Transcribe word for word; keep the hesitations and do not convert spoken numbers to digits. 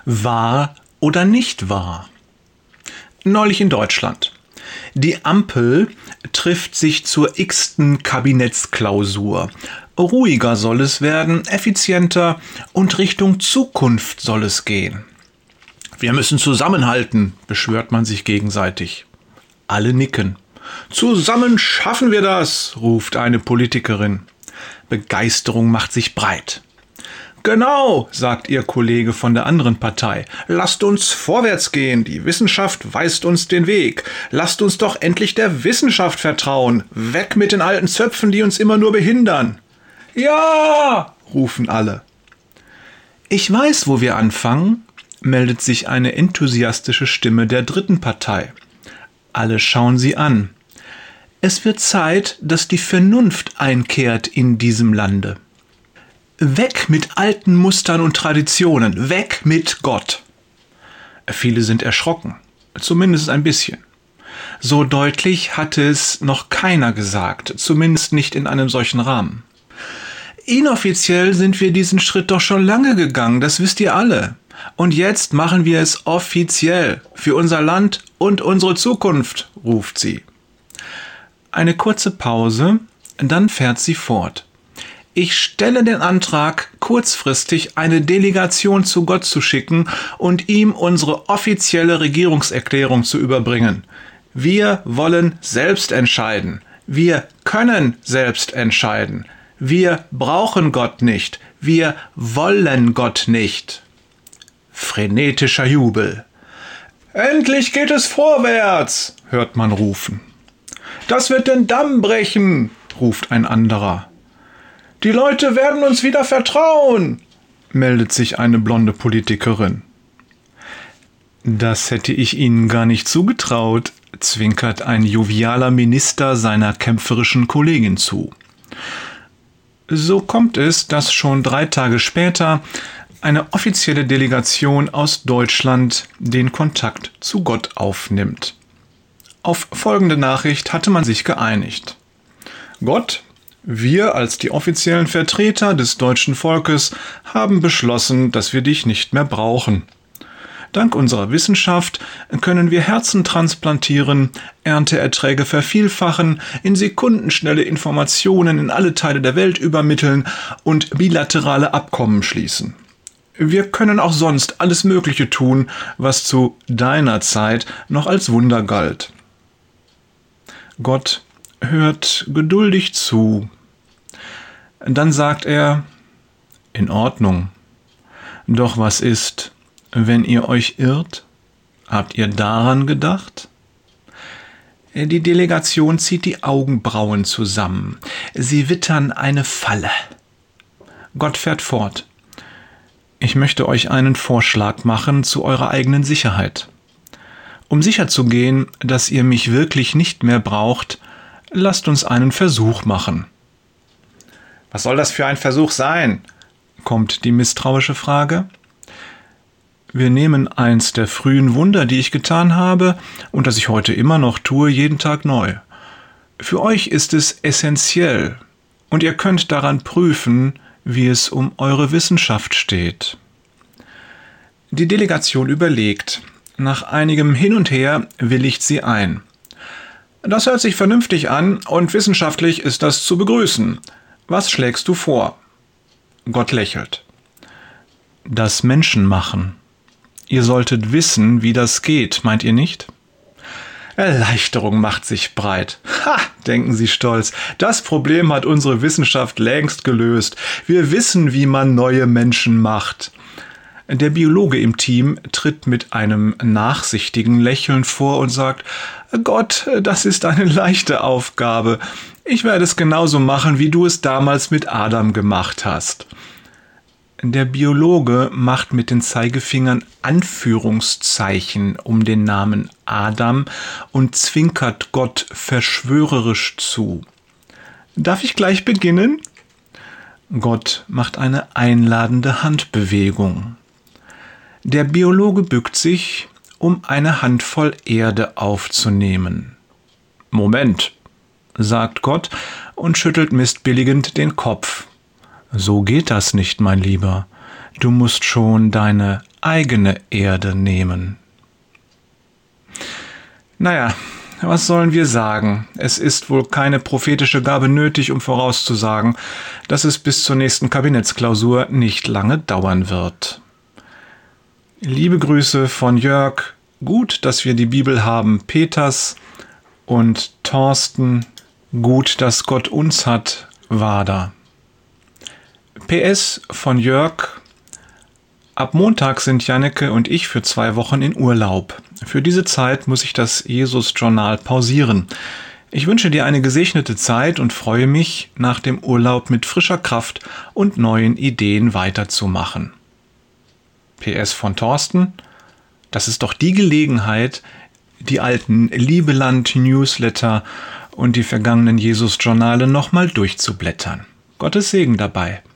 Wahr oder nicht wahr? Neulich in Deutschland. Die Ampel trifft sich zur x-ten Kabinettsklausur. Ruhiger soll es werden, effizienter und Richtung Zukunft soll es gehen. Wir müssen zusammenhalten, beschwört man sich gegenseitig. Alle nicken. Zusammen schaffen wir das, ruft eine Politikerin. Begeisterung macht sich breit. Genau, sagt ihr Kollege von der anderen Partei. Lasst uns vorwärts gehen, die Wissenschaft weist uns den Weg. Lasst uns doch endlich der Wissenschaft vertrauen. Weg mit den alten Zöpfen, die uns immer nur behindern. Ja, rufen alle. Ich weiß, wo wir anfangen, meldet sich eine enthusiastische Stimme der dritten Partei. Alle schauen sie an. Es wird Zeit, dass die Vernunft einkehrt in diesem Lande. Weg mit alten Mustern und Traditionen, weg mit Gott. Viele sind erschrocken, zumindest ein bisschen. So deutlich hatte es noch keiner gesagt, zumindest nicht in einem solchen Rahmen. Inoffiziell sind wir diesen Schritt doch schon lange gegangen, das wisst ihr alle. Und jetzt machen wir es offiziell für unser Land und unsere Zukunft, ruft sie. Eine kurze Pause, dann fährt sie fort. Ich stelle den Antrag, kurzfristig eine Delegation zu Gott zu schicken und ihm unsere offizielle Regierungserklärung zu überbringen. Wir wollen selbst entscheiden. Wir können selbst entscheiden. Wir brauchen Gott nicht. Wir wollen Gott nicht. Frenetischer Jubel. Endlich geht es vorwärts, hört man rufen. Das wird den Damm brechen, ruft ein anderer. Die Leute werden uns wieder vertrauen, meldet sich eine blonde Politikerin. Das hätte ich Ihnen gar nicht zugetraut, zwinkert ein jovialer Minister seiner kämpferischen Kollegin zu. So kommt es, dass schon drei Tage später eine offizielle Delegation aus Deutschland den Kontakt zu Gott aufnimmt. Auf folgende Nachricht hatte man sich geeinigt. Gott, wir als die offiziellen Vertreter des deutschen Volkes haben beschlossen, dass wir dich nicht mehr brauchen. Dank unserer Wissenschaft können wir Herzen transplantieren, Ernteerträge vervielfachen, in Sekundenschnelle Informationen in alle Teile der Welt übermitteln und bilaterale Abkommen schließen. Wir können auch sonst alles Mögliche tun, was zu deiner Zeit noch als Wunder galt. Gott hört geduldig zu. Dann sagt er, in Ordnung. Doch was ist, wenn ihr euch irrt? Habt ihr daran gedacht? Die Delegation zieht die Augenbrauen zusammen. Sie wittern eine Falle. Gott fährt fort. Ich möchte euch einen Vorschlag machen zu eurer eigenen Sicherheit. Um sicherzugehen, dass ihr mich wirklich nicht mehr braucht, lasst uns einen Versuch machen. Was soll das für ein Versuch sein? Kommt die misstrauische Frage. Wir nehmen eins der frühen Wunder, die ich getan habe und das ich heute immer noch tue, jeden Tag neu. Für euch ist es essentiell und ihr könnt daran prüfen, wie es um eure Wissenschaft steht. Die Delegation überlegt. Nach einigem Hin und Her willigt sie ein. Das hört sich vernünftig an und wissenschaftlich ist das zu begrüßen. Was schlägst du vor? Gott lächelt. Das Menschenmachen. Ihr solltet wissen, wie das geht, meint ihr nicht? Erleichterung macht sich breit. Ha, denken Sie stolz. Das Problem hat unsere Wissenschaft längst gelöst. Wir wissen, wie man neue Menschen macht. Der Biologe im Team tritt mit einem nachsichtigen Lächeln vor und sagt, Gott, das ist eine leichte Aufgabe. Ich werde es genauso machen, wie du es damals mit Adam gemacht hast. Der Biologe macht mit den Zeigefingern Anführungszeichen um den Namen Adam und zwinkert Gott verschwörerisch zu. Darf ich gleich beginnen? Gott macht eine einladende Handbewegung. Der Biologe bückt sich, um eine Handvoll Erde aufzunehmen. Moment, sagt Gott und schüttelt missbilligend den Kopf. So geht das nicht, mein Lieber. Du musst schon deine eigene Erde nehmen. Naja, was sollen wir sagen? Es ist wohl keine prophetische Gabe nötig, um vorauszusagen, dass es bis zur nächsten Kabinettsklausur nicht lange dauern wird. Liebe Grüße von Jörg. Gut, dass wir die Bibel haben, Peters, und Thorsten. Gut, dass Gott uns hat, Wader. P S von Jörg. Ab Montag sind Janneke und ich für zwei Wochen in Urlaub. Für diese Zeit muss ich das Jesus-Journal pausieren. Ich wünsche dir eine gesegnete Zeit und freue mich, nach dem Urlaub mit frischer Kraft und neuen Ideen weiterzumachen. P S von Thorsten. Das ist doch die Gelegenheit, die alten Liebeland-Newsletter und die vergangenen Jesus-Journale nochmal durchzublättern. Gottes Segen dabei.